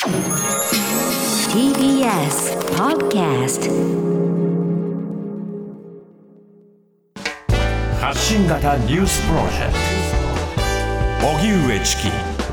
TBS Podcast 発信型ニュースプロジェクト荻上チキ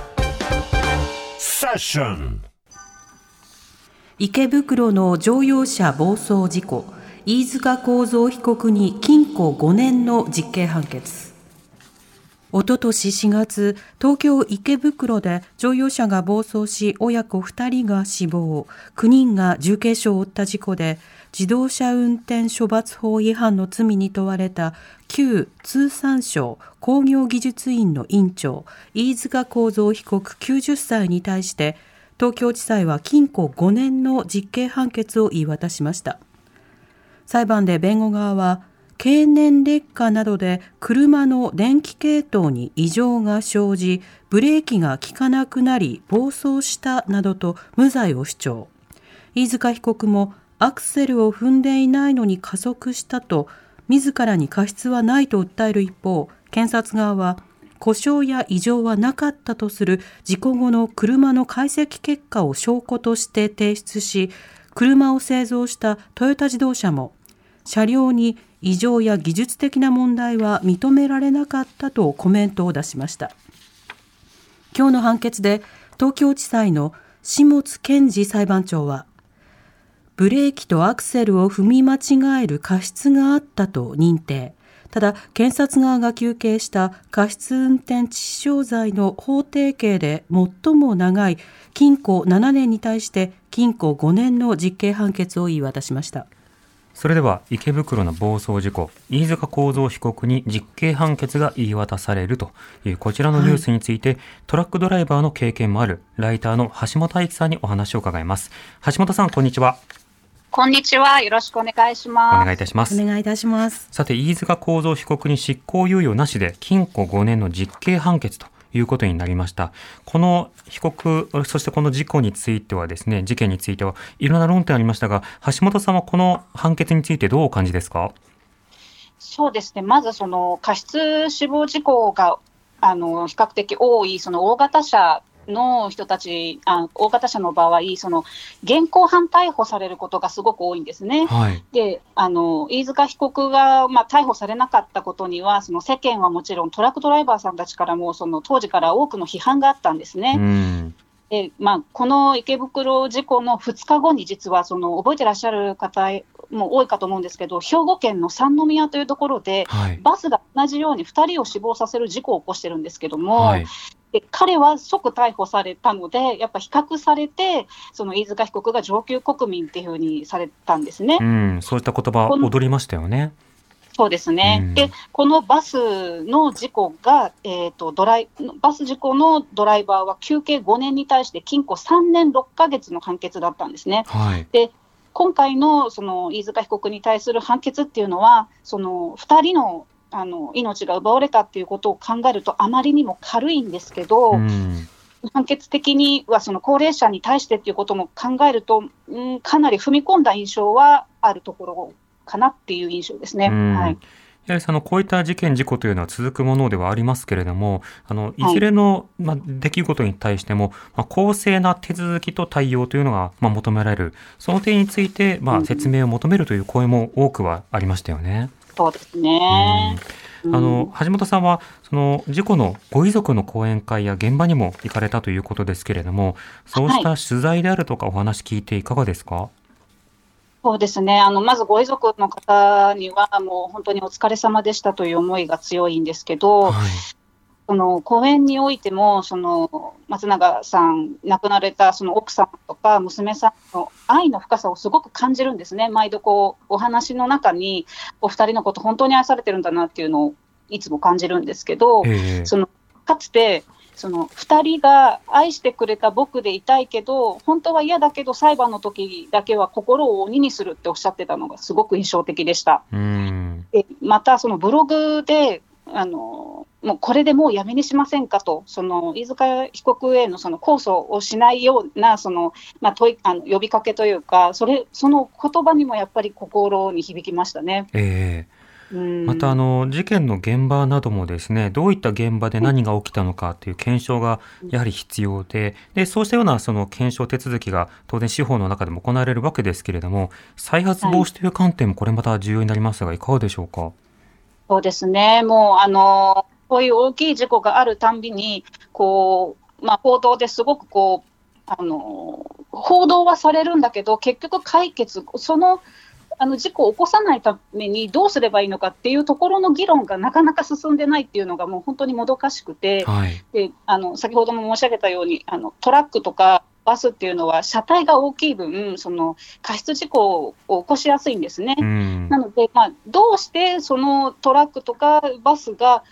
セッション。 池袋の乗用車暴走事故、飯塚幸三被告に禁錮5年の実刑判決。おととし4月、東京池袋で乗用車が暴走し、親子2人が死亡、9人が重軽傷を負った事故で、自動車運転処罰法違反の罪に問われた旧通産省工業技術院の院長、飯塚幸三被告90歳に対して、東京地裁は禁錮5年の実刑判決を言い渡しました。裁判で弁護側は、経年劣化などで車の電気系統に異常が生じ、ブレーキが効かなくなり暴走したなどと無罪を主張。飯塚被告もアクセルを踏んでいないのに加速したと、自らに過失はないと訴える一方、検察側は故障や異常はなかったとする事故後の車の解析結果を証拠として提出し、車を製造したトヨタ自動車も車両に異常や技術的な問題は認められなかったとコメントを出しました。今日の判決で東京地裁の下津健二裁判長は、ブレーキとアクセルを踏み間違える過失があったと認定。ただ、検察側が求刑した過失運転致死傷罪の法定刑で最も長い禁錮7年に対して禁錮5年の実刑判決を言い渡しました。 それでは池袋の暴走事故、飯塚幸三被告に実刑判決が言い渡されるというこちらのニュースについて、トラックドライバーの経験もあるライターの橋本愛希さんにお話を伺います。橋本さん、こんにちは。 こんにちは。よろしくお願いします。 お願いいたします。 お願いいたします。 さて、飯塚幸三被告に執行猶予なしで禁錮5年の実刑判決ということになりました。この被告、そしてこの事故についてはですね、事件についてはいろんな論点ありましたが、橋本さんはこの判決についてどうお感じですか？ そうですね。まずその過失死亡事故が比較的多いその大型車の人たち、大型車の場合、その現行犯逮捕されることがすごく多いんですね。 はい、 で、飯塚被告が、逮捕されなかったことには、その世間はもちろんトラックドライバーさんたちからもその当時から多くの批判があったんですね。で、この池袋事故の2日後に実はその覚えてらっしゃる方も多いかと思うんですけど、兵庫県の三宮というところで、バスが同じように2人を死亡させる事故を起こしてるんですけども、で彼は即逮捕されたので、やっぱ比較されて、その飯塚被告が上級国民っていうふうにされたんですね。 そういった言葉、踊りましたよね。 そうですね。で、このバスの事故が、バス事故のドライバーは求刑5年に対して禁錮3年6ヶ月の判決だったんですね。で、今回のその飯塚被告に対する判決っていうのは、その2人の命が奪われたっていうことを考えるとあまりにも軽いんですけど、判決的にはその高齢者に対してっていうことも考えると、かなり踏み込んだ印象はあるところかなっていう印象ですね。 やはりこういった事件事故というのは続くものではありますけれども、いずれの、出来事に対しても、公正な手続きと対応というのが、求められる、その点について、説明を求めるという声も多くはありましたよね。 そうですね。 橋本さんはその事故のご遺族の講演会や現場にも行かれたということですけれども、そうした取材であるとかお話聞いていかがですか？ そうですね。まずご遺族の方にはもう本当にお疲れ様でしたという思いが強いんですけど、その講演においても、その松永さん亡くなられたその奥さんとか娘さんの愛の深さをすごく感じるんですね。毎度お話の中にお二人のこと本当に愛されてるんだなっていうのをいつも感じるんですけど、そのかつてその2人が愛してくれた僕でいたいけど本当は嫌だけど裁判の時だけは心を鬼にするっておっしゃってたのがすごく印象的でした。でまたそのブログでもうこれでもうやめにしませんかと、その飯塚被告へのその控訴をしないようなその、呼びかけというか、その言葉にもやっぱり心に響きましたね。 また事件の現場などもですね、どういった現場で何が起きたのかという検証がやはり必要で、そうしたようなその検証手続きが当然司法の中でも行われるわけですけれども、再発防止という観点もこれまた重要になりますが、いかがでしょうか。 そうですね、もうこういう大きい事故があるたんびに報道ですごく報道はされるんだけど、結局解決、事故を起こさないためにどうすればいいのかっていうところの議論がなかなか進んでないっていうのがもう本当にもどかしくて、で先ほども申し上げたようにトラックとかバスっていうのは車体が大きい分、過失事故を起こしやすいんですね。なので、どうしてそのトラックとかバスが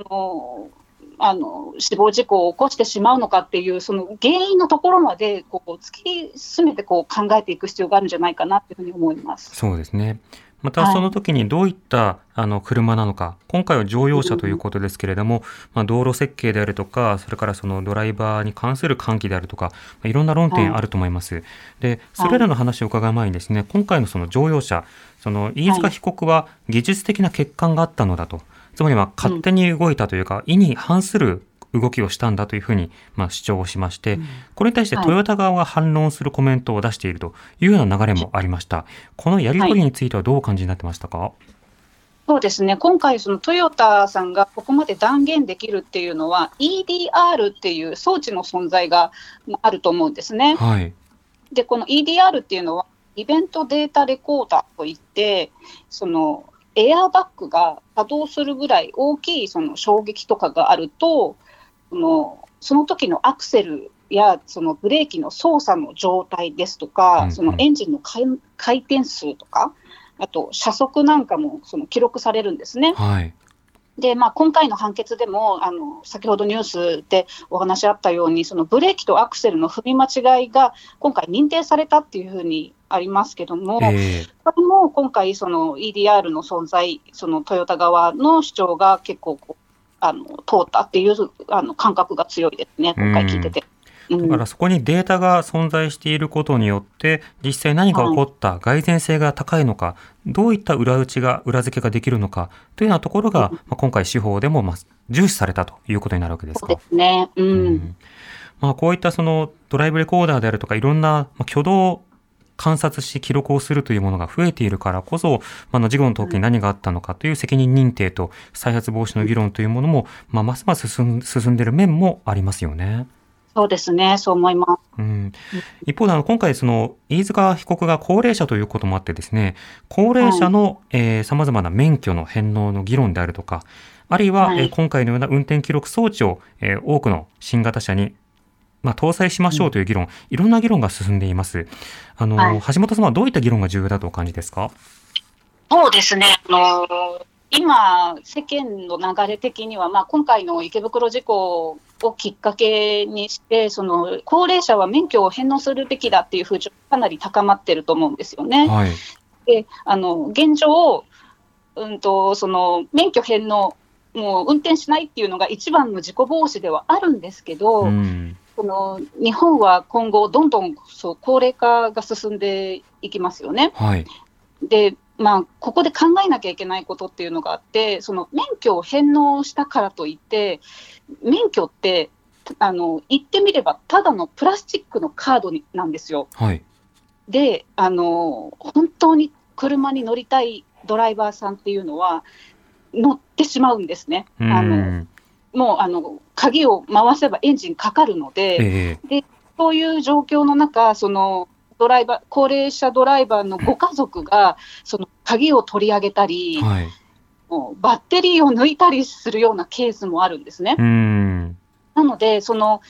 死亡事故を起こしてしまうのかっていう、その原因のところまで突き進めて考えていく必要があるんじゃないかなというふうに思います。 そうですね。またその時にどういった車なのか、今回は乗用車ということですけれども、道路設計であるとか、それからそのドライバーに関する管理であるとか、いろんな論点あると思います。で、それらの話を伺う前にですね、今回のその乗用車、飯塚被告は技術的な欠陥があったのだと、つまりは勝手に動いたというか、意に反する動きをしたんだというふうに主張をしまして、これに対してトヨタ側が反論するコメントを出しているというような流れもありました。このやり取りについてはどうお感じになってましたか。 そうですね、今回トヨタさんがここまで断言できるっていうのは EDR っていう装置の存在があると思うんですね。でこの EDR っていうのはイベントデータレコーダーといって、エアバッグが作動するぐらい大きい衝撃とかがあると、その時のアクセルやブレーキの操作の状態ですとか、エンジンの回転数とか、あと車速なんかも記録されるんですね。で今回の判決でも先ほどニュースでお話あったように、ブレーキとアクセルの踏み間違いが今回認定されたっていうふうにありますけども、これも今回EDR の存在、トヨタ側の主張が結構通ったっていう感覚が強いですね、今回聞いてて。 だからそこにデータが存在していることによって実際何が起こった、蓋然性が高いのか、どういった裏付けができるのかというようなところが、今回司法でも重視されたということになるわけですか。 そうですね。 こういったドライブレコーダーであるとかいろんな挙動を観察し記録をするというものが増えているからこそ、事故の時に何があったのかという責任認定と再発防止の議論というものも、ますます進んでいる面もありますよね。 そうですね、そう思います。 一方で今回飯塚被告が高齢者ということもあってですね、高齢者の様々な免許の返納の議論であるとか、あるいは今回のような運転記録装置を多くの新型車に搭載しましょうという議論、いろんな議論が進んでいます。橋本さんはどういった議論が重要だとお感じですか。 そうですね、今世間の流れ的には、今回の池袋事故をきっかけにして、高齢者は免許を返納するべきだっていう風潮がかなり高まっていると思うんですよね。で現状、免許返納、もう運転しないっていうのが一番の事故防止ではあるんですけど、日本は今後どんどん高齢化が進んでいきますよね。でここで考えなきゃいけないことっていうのがあって、免許を返納したからといって免許って言ってみればただのプラスチックのカードなんですよ。で本当に車に乗りたいドライバーさんっていうのは乗ってしまうんですね。もう鍵を回せばエンジンかかるので、でそういう状況の中、高齢者ドライバーのご家族が鍵を取り上げたり、もうバッテリーを抜いたりするようなケースもあるんですね。なので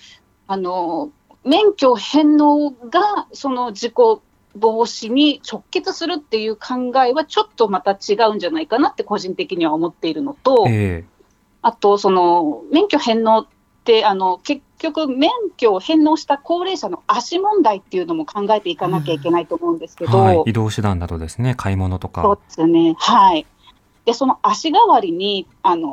免許返納が事故防止に直結するっていう考えはちょっとまた違うんじゃないかなって個人的には思っているのと、あと免許返納って結局免許を返納した高齢者の足問題っていうのも考えていかなきゃいけないと思うんですけど、 移動手段などですね、買い物とか。 そうですね、でその足代わりに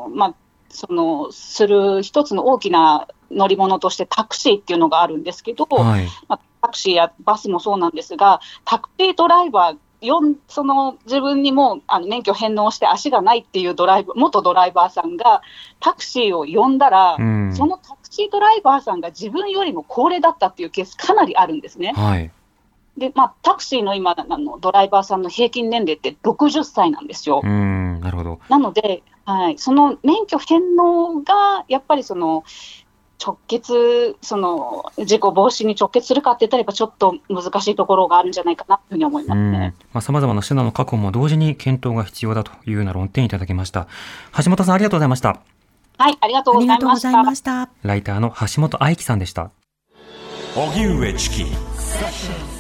する一つの大きな乗り物としてタクシーっていうのがあるんですけど、タクシーやバスもそうなんですが、タクシードライバーその自分にも免許返納して足がないっていう元ドライバーさんがタクシーを呼んだら、そのタクシードライバーさんが自分よりも高齢だったっていうケースかなりあるんですね。 はい。 で、タクシーの今ドライバーさんの平均年齢って60歳なんですよ。 なるほど。 なので、はい、その免許返納がやっぱりその事故防止に直結するかって言ったら、やっぱちょっと難しいところがあるんじゃないかなというふうに思いますね。 様々な手段の確保も同時に検討が必要だというような論点いただきました。橋本さん、ありがとうございました。 はい、ありがとうございました。 ライターの橋本愛希さんでした。 荻上チキ